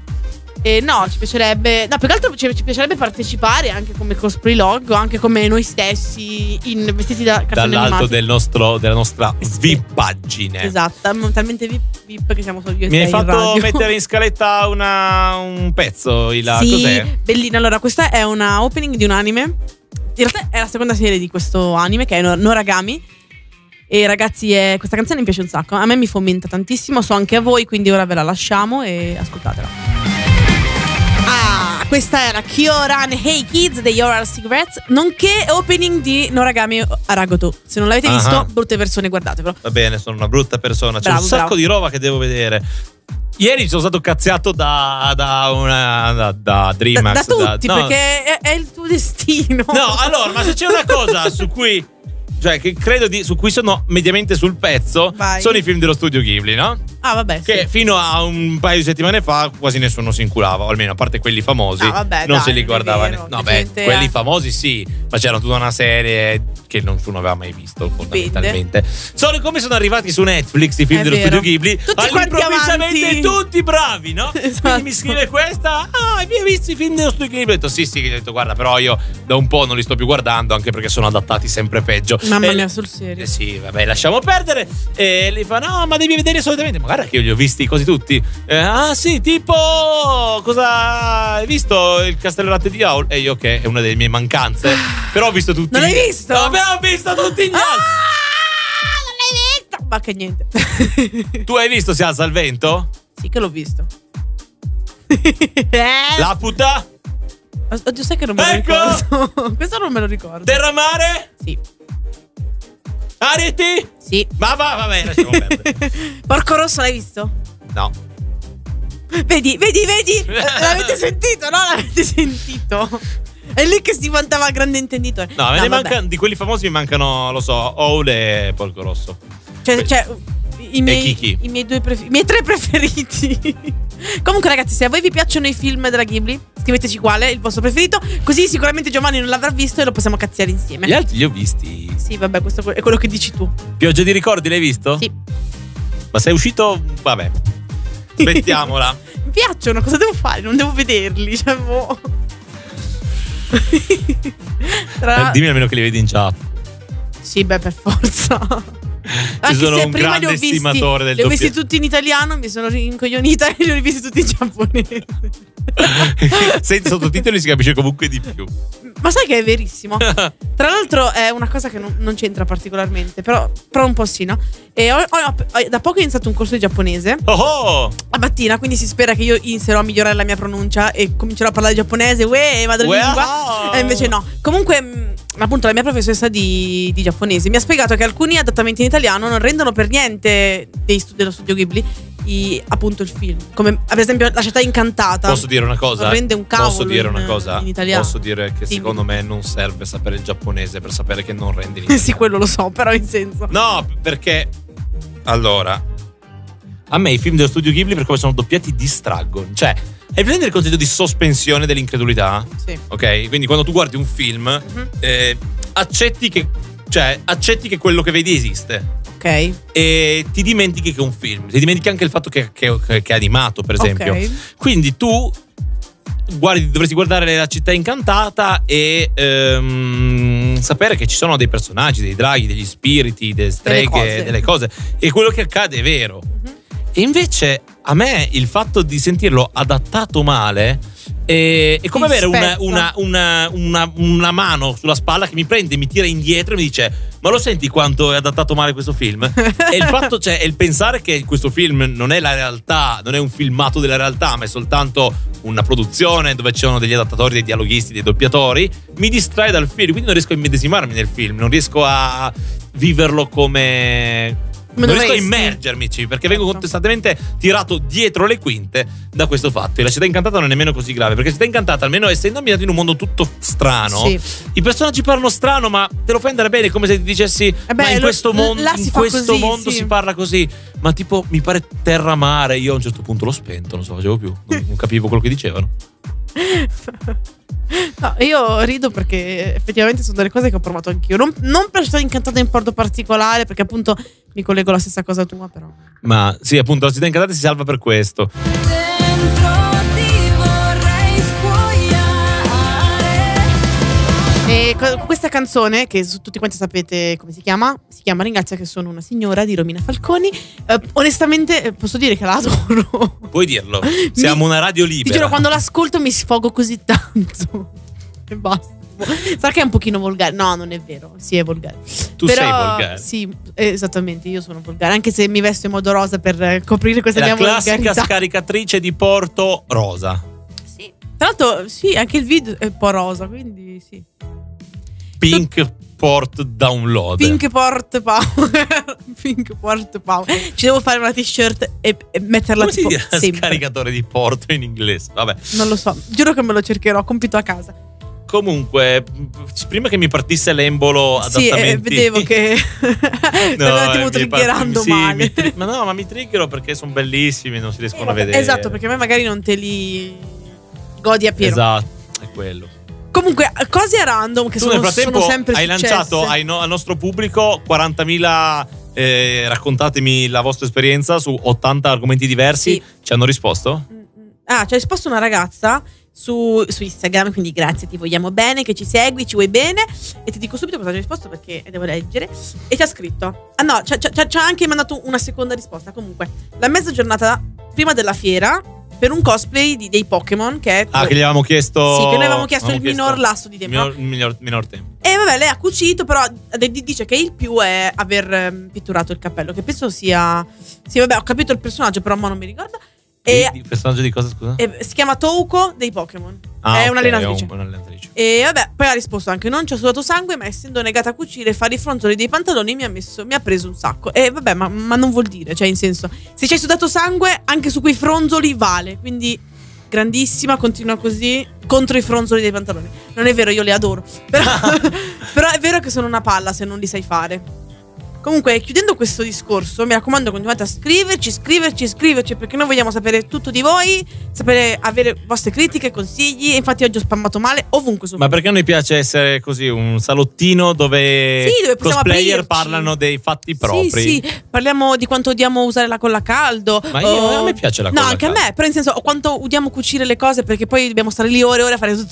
E no, ci piacerebbe. No, più che altro ci, ci piacerebbe partecipare anche come cosplay log, anche come noi stessi in vestiti da cartoni dall'alto animati. del nostro, della nostra Sì. vipaggine. Esatto, siamo talmente VIP, VIP che siamo solo io e Mi te hai in fatto radio. mettere in scaletta una, un pezzo, Ila, Sì, cos'è? bellina. Allora, questa è una opening di un anime. In realtà è la seconda serie di questo anime, che è Noragami. E ragazzi, è, questa canzone mi piace un sacco. A me mi fomenta tantissimo, so anche a voi, quindi ora ve la lasciamo e ascoltatela. Ah, questa era Kyoran Hey Kids degli Oral Cigarettes, nonché opening di Noragami Aragoto. Se non l'avete Ah. visto, brutte persone, guardatelo. Va bene, sono una brutta persona. C'è Bravo, un sacco bravo. di roba che devo vedere. Ieri sono stato cazziato da, da una da, da Da, DreamHack. da tutti, no, perché è, è il tuo destino. No, allora, ma se c'è una cosa su cui, cioè, che credo di, su cui sono mediamente sul pezzo, Vai. sono i film dello studio Ghibli, no? Ah, vabbè, Che sì. fino a un paio di settimane fa quasi nessuno si inculava, o almeno a parte quelli famosi, Ah, vabbè, non dai, se li non è guardava vero, nessuno. No, che beh, gente quelli ha- famosi sì, ma c'era tutta una serie che nessuno aveva mai visto, fondamentalmente. Sono come sono arrivati su Netflix i film È dello vero. studio Ghibli, Tutti quanti all'improvvisamente avanti. tutti bravi, no? Esatto. Quindi mi scrive questa, ah, hai visto i film dello studio Ghibli? Ho detto sì, sì, ho detto guarda, però io da un po' non li sto più guardando, anche perché sono adattati sempre peggio. Mamma E- mia, sul serio. eh sì, vabbè, lasciamo perdere. E lei fa: no, ma devi vedere assolutamente. Ma guarda che io li ho visti quasi tutti. Eh, ah, sì, tipo. Cosa. Hai visto il Castello Latte di Aul? E io, che è una delle mie mancanze. Però ho visto tutti. Non l'hai visto? No, abbiamo visto tutti gli altri. Ah, non l'hai visto? Ma che niente. Tu hai visto Si alza il vento? Sì che l'ho visto. eh? La puta? Oddio, sai che non me lo Ecco! ricordo. Questo non me lo ricordo. Terra mare? Sì. Ariti? Sì. Ma va, vabbè, lasciamo perdere. Porco Rosso l'hai visto? No. Vedi, vedi, vedi? L'avete sentito, no? L'avete sentito? È lì che si vantava il grande intenditore. No, me ne vabbè. manca, di quelli famosi mi mancano, lo so, Owl e Porco Rosso. Cioè, cioè i, miei, Kiki. i miei due prefer- i miei tre preferiti. Comunque, ragazzi, se a voi vi piacciono i film della Ghibli, scriveteci quale è il vostro preferito. Così sicuramente Giovanni non l'avrà visto e lo possiamo cazziare insieme. Gli altri li ho visti. Sì, vabbè, questo è quello che dici tu. Pioggia di ricordi, l'hai visto? Sì. Ma sei uscito? Vabbè. Aspettiamola. Mi piacciono, cosa devo fare? Non devo vederli, cioè, boh. Tra- Eh, dimmi almeno che li vedi in chat. Sì, beh, per forza. Anche sono se un prima grande li ho visti, stimatore del li ho visti doppia- tutti in italiano, mi sono rincoglionita e li ho visti tutti in giapponese. Senza sottotitoli si capisce comunque di più. Ma sai che è verissimo? Tra l'altro è una cosa che non, non c'entra particolarmente, però, però un po' sì, no? E ho, ho- ho- da poco ho iniziato un corso di giapponese Oh oh! a mattina, quindi si spera che io inizierò a migliorare la mia pronuncia e comincerò a parlare giapponese, uè, madrelingua. Wow! E invece no. Comunque, mh, appunto, la mia professoressa di, di giapponese mi ha spiegato che alcuni adattamenti in italiano non rendono per niente dei studi- dello studio Ghibli i- appunto il film. Come ad esempio La città incantata. Posso dire una cosa? Non rende un cavolo Posso dire in- una cosa? in italiano. Posso dire che Dimmi. secondo me non serve sapere il giapponese per sapere che non rende in italiano. Sì, quello lo so, però in senso. No, perché allora a me i film dello studio Ghibli, per come sono doppiati, distraggono. Cioè, hai presente il concetto di sospensione dell'incredulità? Sì. Ok? Quindi quando tu guardi un film, Mhm. eh, accetti che cioè, accetti che quello che vedi esiste. Ok. E ti dimentichi che è un film. Ti dimentichi anche il fatto che, che- che è animato, per esempio. Ok. Quindi tu guardi, dovresti guardare La città incantata e ehm, sapere che ci sono dei personaggi, dei draghi, degli spiriti, delle streghe, cose. delle cose. E quello che accade è vero. Mhm. E invece a me il fatto di sentirlo adattato male è, è come Ti avere una, spezza. una, una, una, una mano sulla spalla che mi prende, mi tira indietro e mi dice: ma lo senti quanto è adattato male questo film? E il fatto, cioè, è il pensare che questo film non è la realtà, non è un filmato della realtà, ma è soltanto una produzione dove c'erano degli adattatori, dei dialoghisti, dei doppiatori, mi distrae dal film, quindi non riesco a immedesimarmi nel film, non riesco a viverlo come... Come non riesco a dovresti. immergermici, perché vengo Certo. costantemente tirato dietro le quinte da questo fatto. E La città incantata non è nemmeno così grave, perché La città incantata, almeno essendo ambientato in un mondo tutto strano, Sì. i personaggi parlano strano, ma te lo fai andare bene, come se ti dicessi: Eh beh, ma in lo- questo mondo, là si in fa questo così, mondo sì. si parla così. Ma tipo, mi pare terra mare. Io a un certo punto l'ho spento, non so, facevo più, non, non capivo quello che dicevano. No, io rido perché effettivamente sono delle cose che ho provato anch'io. Non, non per essere incantata in porto particolare, perché appunto mi collego alla stessa cosa tua, però. Ma sì, appunto, La città incantata si salva per questo. Dentro di voi co- questa canzone, che su- tutti quanti sapete come si chiama, si chiama Ringrazia che sono una signora di Romina Falconi. Eh, onestamente eh, posso dire che la adoro. Puoi dirlo. Siamo Mi- una radio Ti libera. giuro, quando l'ascolto mi sfogo così tanto. E basta. Sarà che è un pochino volgare. No, non è vero. Sì, è volgare. Tu Però, sei volgare. Sì, esattamente. Io sono volgare. Anche se mi vesto in modo rosa per eh, coprire questa È la mia classica volgarità. scaricatrice di Porto rosa. Sì. Tra l'altro, sì, anche il video è un po' rosa. Quindi sì. Pink Port Download. Pink Port Power. Pink Port Power. Ci devo fare una t-shirt e, e metterla Come si tipo dice sempre. scaricatore di Porto in inglese? Vabbè. Non lo so. Giuro che me lo cercherò. Compito a casa. Comunque, prima che mi partisse l'embolo Sì, eh, adattamenti. vedevo che stai un attimo mi triggerando part- sì, male. mi tri- ma no, ma mi triggero perché sono bellissimi, non si riescono a vedere. Esatto, perché a me magari non te li godi a pieno. Esatto, è quello. Comunque, cose a random che Tu sono, nel frattempo sono sempre hai successe. lanciato ai no- al nostro pubblico quarantamila eh, raccontatemi la vostra esperienza su ottanta argomenti diversi. Sì. Ci hanno risposto? Ah, ci ha risposto una ragazza su, su Instagram, quindi grazie, ti vogliamo bene, che ci segui, ci vuoi bene. E ti dico subito cosa ci ha risposto perché devo leggere. E ci ha scritto. Ah no, ci ha, ci ha- ci ha anche mandato una seconda risposta. Comunque, la mezza giornata prima della fiera per un cosplay di, dei Pokémon che è... Ah, che gli avevamo chiesto. Sì, che noi avevamo chiesto avevamo il minor lasso di tempo. Minor, minor, minor tempo. E vabbè, lei ha cucito, però d- dice che il più è aver ehm, pitturato il cappello, che penso sia... Sì, vabbè, ho capito il personaggio, però ma non mi ricordo. E, Di- di personaggio di cosa, scusa? e si chiama Touko dei Pokémon. Ah, è ok, un'allenatrice. È un- un'allenatrice. E vabbè, poi ha risposto anche: non ci ho sudato sangue, ma essendo negata a cucire e fare i fronzoli dei pantaloni mi ha messo, mi ha preso un sacco. E vabbè, ma, ma non vuol dire, cioè in senso, se ci hai sudato sangue, anche su quei fronzoli vale. Quindi grandissima, continua così contro i fronzoli dei pantaloni. Non è vero, io li adoro. Però, però è vero che sono una palla se non li sai fare. Comunque, chiudendo questo discorso, mi raccomando, continuate a scriverci, scriverci, scriverci, perché noi vogliamo sapere tutto di voi, sapere, avere vostre critiche, consigli. Infatti oggi ho spammato male ovunque su Ma perché a noi piace essere così un salottino dove, Sì, dove possiamo cosplayer aprirci. parlano dei fatti propri? Sì, sì, parliamo di quanto odiamo usare la colla a caldo. Ma io- o- a me piace la No, colla a anche a caldo. me, però in senso, o quanto odiamo cucire le cose perché poi dobbiamo stare lì ore e ore a fare.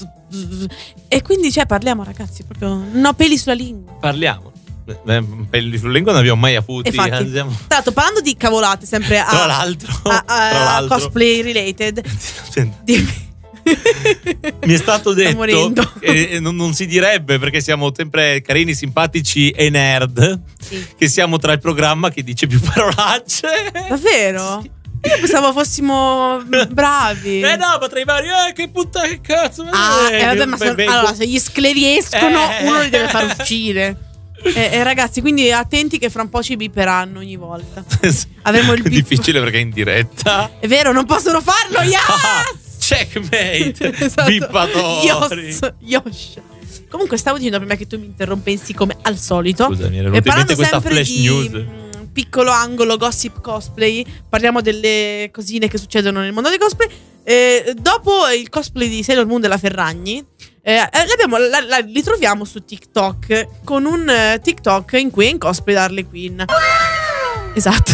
E quindi, cioè, parliamo, ragazzi, proprio. No peli sulla lingua. Parliamo. Eh, Pelli sulla lingua non abbiamo mai avuti. Infatti, Andiamo- tra l'altro, parlando di cavolate, sempre a, Tra l'altro, a- a- tra l'altro. cosplay related. Senti, Dimmi. mi è stato Sto detto morendo. che non, non si direbbe perché siamo sempre carini, simpatici e nerd, Sì. che siamo tra il programma che dice più parolacce. Davvero? Sì. Io pensavo fossimo bravi. Eh no, ma tra i vari, eh, che puttana, che cazzo. Ah, eh, eh, vabbè, ma se, vengo- allora, se gli scleri escono, Eh. uno li deve far uccidere. Eh, eh, ragazzi, quindi attenti che fra un po' ci biperanno ogni volta. Avremo il È bip. difficile perché è in diretta. È vero, non possono farlo. Ah, Yes! checkmate. Esatto. Bippatori. Yos, Yosh. Comunque stavo dicendo prima che tu mi interrompessi come al solito. Scusami, era E venuta in parlando mente questa sempre flash di news. mm, piccolo angolo gossip cosplay, parliamo delle cosine che succedono nel mondo dei cosplay. Eh, dopo il cosplay di Sailor Moon della Ferragni, eh, eh, l'abbiamo- la, la- li troviamo su TikTok con un eh, TikTok in cui è in cosplay da Harley Quinn. Esatto.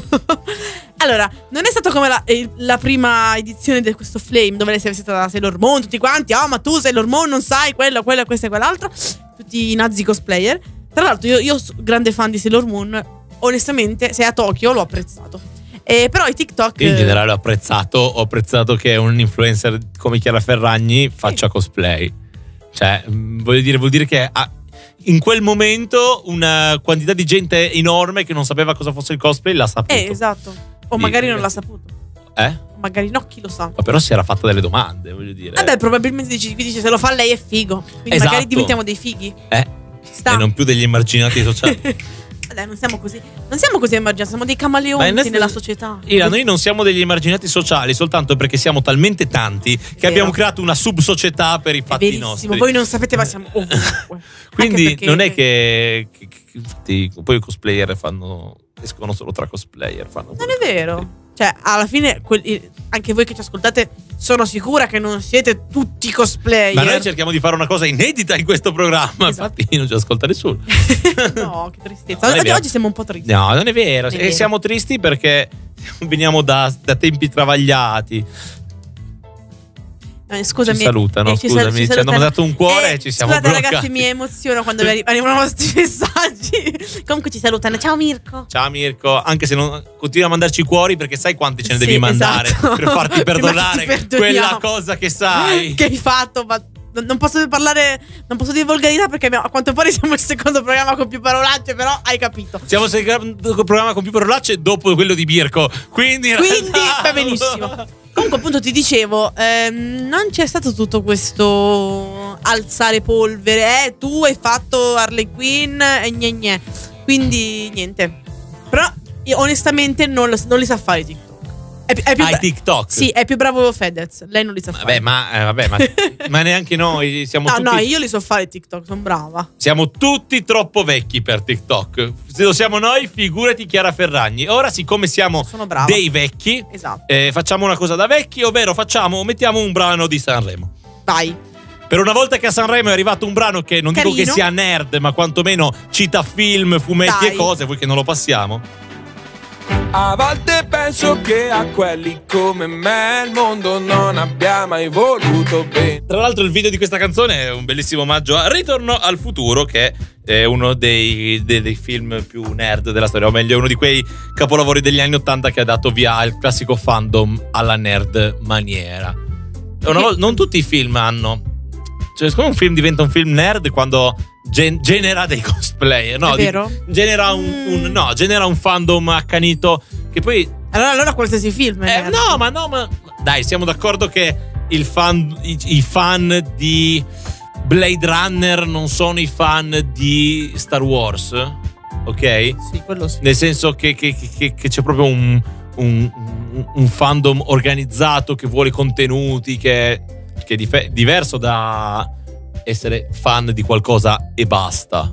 Allora, non è stato come la, eh, la prima edizione di questo Flame, dove lei si è vestita da Sailor Moon, tutti quanti, oh ma tu Sailor Moon non sai quello, quello, questo e quell'altro, tutti i nazi cosplayer. Tra l'altro io, io sono grande fan di Sailor Moon, onestamente se è a Tokyo l'ho apprezzato. Eh, però i TikTok... Io in generale ho apprezzato, ho apprezzato che un influencer come Chiara Ferragni faccia cosplay. Cioè, mh, voglio dire, vuol dire che ha in quel momento una quantità di gente enorme che non sapeva cosa fosse il cosplay l'ha saputo. Eh, esatto. O Sì, magari non l'ha ragazzi. saputo. Eh? O magari no, chi lo sa. Ma però si era fatta delle domande, voglio dire. Vabbè, probabilmente dici, dice se lo fa lei è figo. Quindi Esatto. magari diventiamo dei fighi. Eh, Ci sta. e non più degli emarginati sociali. Dai, non siamo così. Non siamo così emarginati, siamo dei camaleonti Ma in nella essere- società. Ira, noi non siamo degli emarginati sociali soltanto perché siamo talmente tanti che Vero. abbiamo creato una subsocietà per i È fatti verissimo. nostri. Voi non sapete, ma siamo ovunque. Quindi Anche perché- non è che, che- che- infatti poi i cosplayer fanno escono solo tra cosplayer, fanno Non è vero. Cioè, alla fine, quelli- anche voi che ci ascoltate, sono sicura che non siete tutti cosplayer. Ma noi cerchiamo di fare una cosa inedita in questo programma. Esatto. Infatti non ci ascolta nessuno. No, che tristezza. No, non è oggi, vero. oggi siamo un po' tristi. No, non è vero. Non è E vero. siamo tristi perché veniamo da, da tempi travagliati. Eh, scusami, ci salutano, eh, ci scusami, sal- ci ci, salutano. hanno mandato un cuore Eh, e ci siamo scusate, bloccati. ragazzi, mi emoziono quando arri- arrivano i vostri messaggi. Comunque ci salutano. Ciao Mirko. Ciao Mirko, anche se non continui a mandarci cuori perché sai quanti ce ne Sì, devi mandare esatto. per farti Prima perdonare ti perdoniamo. quella cosa che sai. Che hai fatto, ma non non posso parlare, non posso dire volgarità perché abbiamo- a quanto pare siamo il secondo programma con più parolacce, però hai capito. Siamo il programma con più parolacce dopo quello di Mirko. Quindi, in Quindi realtà- va benissimo. Comunque appunto ti dicevo, ehm, non c'è stato tutto questo alzare polvere, eh, tu hai fatto Harley Quinn e gne gne. Quindi niente. Però io onestamente non, lo- non li sa fare TikTok. È, pi- è più Hai bra- TikTok? Sì, è più bravo Fedez. Lei non li sa Vabbè, fare. ma, eh, vabbè, ma, ma neanche noi siamo No, tutti no, io li so fare TikTok, sono brava. Siamo tutti troppo vecchi per TikTok. Se lo siamo noi, figurati Chiara Ferragni. Ora, siccome siamo Sono brava. dei vecchi, Esatto. eh, facciamo una cosa da vecchi, ovvero facciamo, mettiamo un brano di Sanremo. Vai. Per una volta che a Sanremo è arrivato un brano che non dico Carino. che sia nerd, ma quantomeno cita film, fumetti Dai. e cose, vuoi che non lo passiamo? A volte penso che a quelli come me il mondo non abbia mai voluto bene. Tra l'altro il video di questa canzone è un bellissimo omaggio a Ritorno al futuro, che è uno dei, dei, dei film più nerd della storia, o meglio è uno di quei capolavori degli anni ottanta che ha dato via al classico fandom alla nerd maniera. Una volta, non tutti i film hanno, cioè secondo me un film diventa un film nerd quando gen- genera dei cosplayer, no? È vero? Di- genera un, un- Mm. no, genera un fandom accanito che poi Allora, allora qualsiasi film. è eh, nerd. no, ma no, ma dai, siamo d'accordo che il fan, i, i fan di Blade Runner non sono i fan di Star Wars, ok? Sì, quello sì. Nel senso che, che- che- che c'è proprio un, un- un- un fandom organizzato che vuole contenuti, che, che è dif- diverso da essere fan di qualcosa e basta.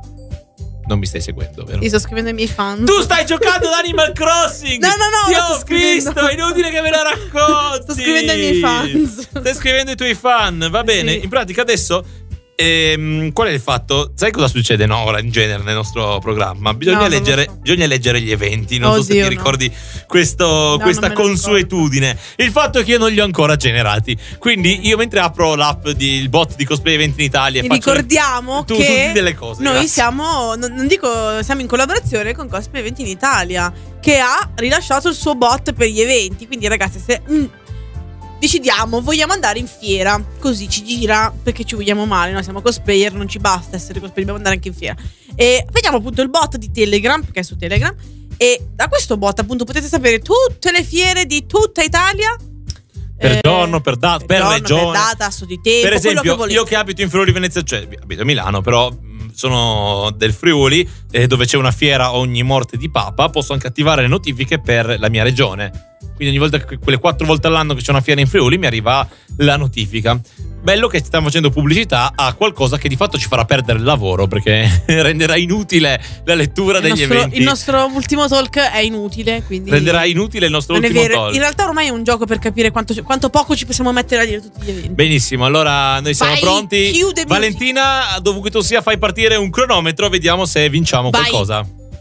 Non mi stai seguendo, vero? Io sto scrivendo ai miei fan. Tu stai giocando ad Animal Crossing! No, no, no, Ti lo sto ho scrivendo. visto, è inutile che me la racconti! Sto scrivendo ai miei fans. Stai scrivendo ai tuoi fan, va bene. Sì. In pratica adesso, ehm, qual è il fatto? Sai cosa succede no, ora in genere nel nostro programma? Bisogna, No, non lo leggere, so. bisogna leggere gli eventi. Non so se Oddio, ti no. ricordi questo- questa non me lo consuetudine. Il fatto è che io non li ho ancora generati. Quindi io mentre apro l'app di il bot di Cosplay Eventi in Italia e Vi faccio ricordiamo tu- che tu di delle cose, noi grazie. siamo, non, non dico, siamo in collaborazione con Cosplay Eventi in Italia, che ha rilasciato il suo bot per gli eventi. Quindi, ragazzi, se mm, decidiamo, vogliamo andare in fiera, così ci gira, perché ci vogliamo male, noi siamo cosplayer, non ci basta essere cosplayer, dobbiamo andare anche in fiera. E vediamo appunto il bot di Telegram, perché è su Telegram, e da questo bot appunto potete sapere tutte le fiere di tutta Italia. Per Eh, giorno, per data, per giorno, regione. per data, asso di tempo, Per quello esempio, che volete. io che abito in Friuli Venezia, cioè abito a Milano, però mh, sono del Friuli, eh, dove c'è una fiera ogni morte di Papa, posso anche attivare le notifiche per la mia regione. Quindi ogni volta che quelle quattro volte all'anno che c'è una fiera in Friuli mi arriva la notifica. Bello che stiamo facendo pubblicità a qualcosa che di fatto ci farà perdere il lavoro, perché renderà inutile la lettura Il degli nostro, eventi. il nostro ultimo talk è inutile, quindi Renderà inutile il nostro non è ultimo vero. talk. In realtà ormai è un gioco per capire quanto, quanto poco ci possiamo mettere a dire tutti gli eventi. Benissimo, allora noi siamo Vai, pronti. cue the music. Valentina, dovunque tu sia, fai partire un cronometro, vediamo se vinciamo Vai. qualcosa.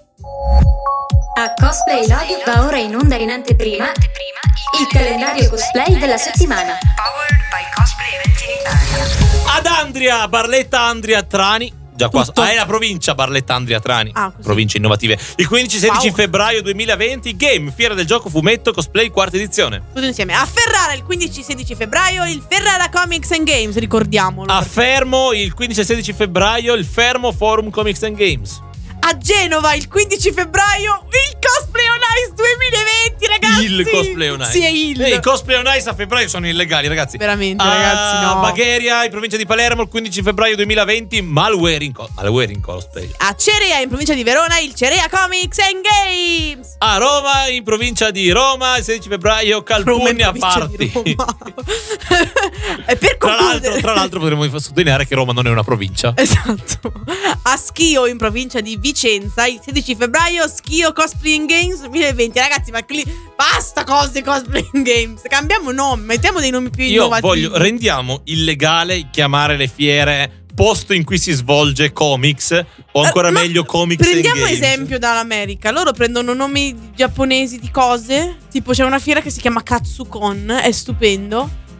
A Cosplay Radio va ora in onda in anteprima il calendario cosplay della settimana. Powered by Cosplay Eventi in Italia. Ad Andria, Barletta Andria Trani. Già qua, Tutto. ah, è la provincia Barletta Andria Trani. Ah, così. Province innovative. Il quindici sedici Wow. febbraio duemilaventi, Game, Fiera del Gioco Fumetto Cosplay quarta edizione. Tutti insieme. A Ferrara il quindici sedici febbraio il Ferrara Comics and Games, ricordiamolo. A Fermo il quindici e sedici febbraio il Fermo Forum Comics and Games. A Genova il quindici febbraio il Cosplay on Ice duemilaventi, ragazzi. Il Cosplay on Ice. Sì, è il. Eh, I Cosplay on Ice a febbraio sono illegali, ragazzi. Veramente, A ragazzi, no. Bagheria, in provincia di Palermo, il quindici febbraio duemilaventi, Malware in, co- Malware in Cosplay. A Cerea in provincia di Verona il Cerea Comics and Games. A Roma, in provincia di Roma, il sedici febbraio, Roma in Calpurnia provincia di Party. Roma. E per Tra l'altro, concludere, tra l'altro potremmo sottolineare che Roma non è una provincia. esatto. A Schio in provincia di Vicenza il sedici febbraio Schio Cosplay and Games duemilaventi. Ragazzi, ma lì basta cose Cosplay and Games. Cambiamo nome, mettiamo dei nomi più Io innovativi. voglio, rendiamo illegale chiamare le fiere posto in cui si svolge comics o ancora Eh, ma meglio comics and Prendiamo games. esempio dall'America. Loro prendono nomi giapponesi di cose. Tipo c'è una fiera che si chiama Katsukon, è stupendo.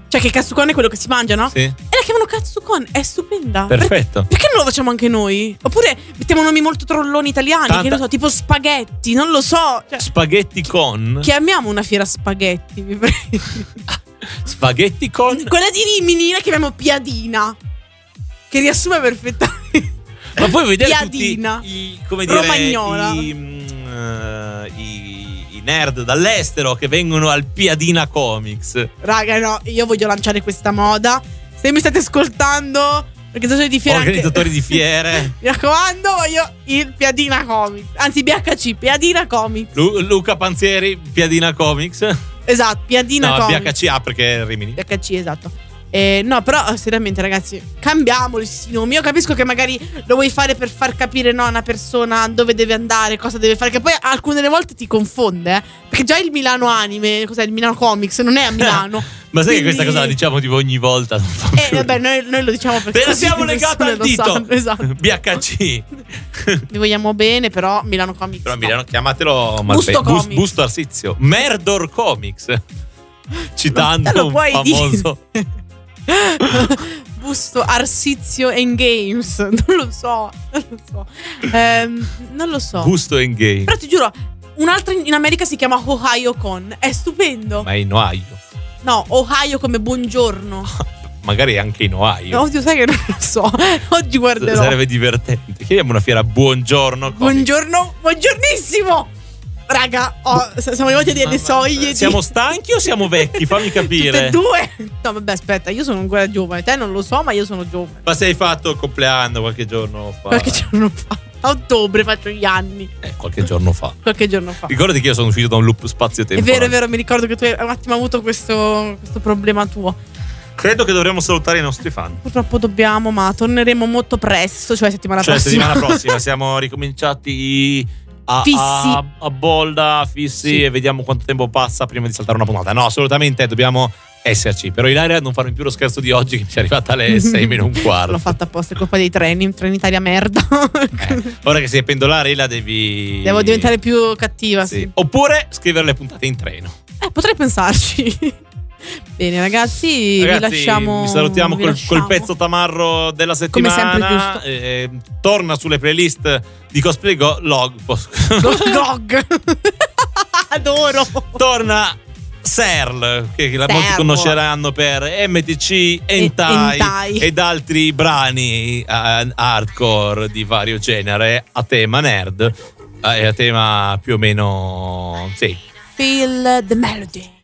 Cioè che Katsukon è quello che si mangia, no? Sì. E la chiamano Katsukon, è stupenda. Perfetto. Per- perché non lo facciamo anche noi? Oppure mettiamo nomi molto trolloni italiani, Tanta- che non so, tipo spaghetti, non lo so. Cioè, Spaghetti con. chiamiamo una fiera spaghetti, vi prego. Spaghetti con. Quella di Rimini la chiamiamo Piadina, che riassume perfettamente. Ma poi vedere Piadina. tutti i, come dire, Romagnola. i, mm, eh, i, i nerd dall'estero che vengono al Piadina Comics. Raga, no, io voglio lanciare questa moda. Se mi state ascoltando, organizzatori di fiere, Organizzatori anche- di fiere. mi raccomando, voglio il Piadina Comics. Anzi, B H C, Piadina Comics. Lu- Luca Panzieri, Piadina Comics. Esatto, Piadina No, Comics. B H C A perché è Rimini. B H C, esatto. Eh, no, però seriamente, ragazzi, cambiamoli questi nomi. Io capisco che magari lo vuoi fare per far capire, no, a una persona dove deve andare, cosa deve fare. Che poi alcune delle volte ti confonde, eh. Perché già il Milano Anime, cos'è il Milano Comics, non è a Milano. Ma sai che Quindi- questa cosa la diciamo tipo ogni volta? Non fa Eh, più. vabbè, noi, noi lo diciamo perché Ve la così siamo le legata persone al lo dito. sanno, esatto. B H C. Vi vogliamo bene, però Milano Comics. Però no. Milano, chiamatelo Busto Bus- Comics. Busto Arsizio. Merdor Comics. Citando te lo un puoi famoso. Busto Arsizio and Games. Non lo so, non lo so. Ehm, non lo so. Busto and Game. Però ti giuro, un'altra in in America si chiama Ohio Con. È stupendo. Ma è in Ohio. No, Ohio come buongiorno. Magari anche in Ohio. Oddio, sai che non lo so. Oggi guarderò. Sarebbe divertente. Chiediamo una fiera buongiorno. Comics. Buongiorno, buongiornissimo. Raga, oh, s- siamo arrivati a delle soglie. Siamo di... stanchi o siamo vecchi? Fammi capire. Tutte e due. No, vabbè, aspetta, io sono ancora giovane. Te non lo so, ma io sono giovane. Ma se hai fatto il compleanno qualche giorno fa? Qualche giorno fa. A ottobre faccio gli anni. Eh, qualche giorno fa. Qualche giorno fa. Ricordati che io sono uscito da un loop È spazio-temporale. vero, è vero, mi ricordo che tu hai un attimo avuto questo, questo problema tuo. Credo che dovremmo salutare i nostri fan. Purtroppo dobbiamo, ma torneremo molto presto, cioè settimana Cioè, prossima. settimana prossima siamo ricominciati a, Fissi. a, a bolda, fissi, Sì. e vediamo quanto tempo passa prima di saltare una puntata. No, assolutamente dobbiamo esserci. Però Ilaria, non farmi più lo scherzo di oggi che mi è arrivata alle sei meno un quarto. L'ho fatta apposta, è colpa dei treni, Trenitalia merda. Eh, ora che sei pendolare, la devi. Devo diventare più cattiva, sì. Sì. Oppure scrivere le puntate in treno. Eh, potrei pensarci. Bene, ragazzi, Ragazzi, vi lasciamo. vi salutiamo vi col, lasciamo. col pezzo tamarro della settimana. sempre giusto. Eh, torna sulle playlist di Cosplay Go- Log. Gog, gog. Adoro. Torna Serl, che la molti Serl. conosceranno per M T C, Hentai, Hentai. ed altri brani eh, hardcore di vario genere a tema nerd eh, e a tema più o meno sì. Feel the melody.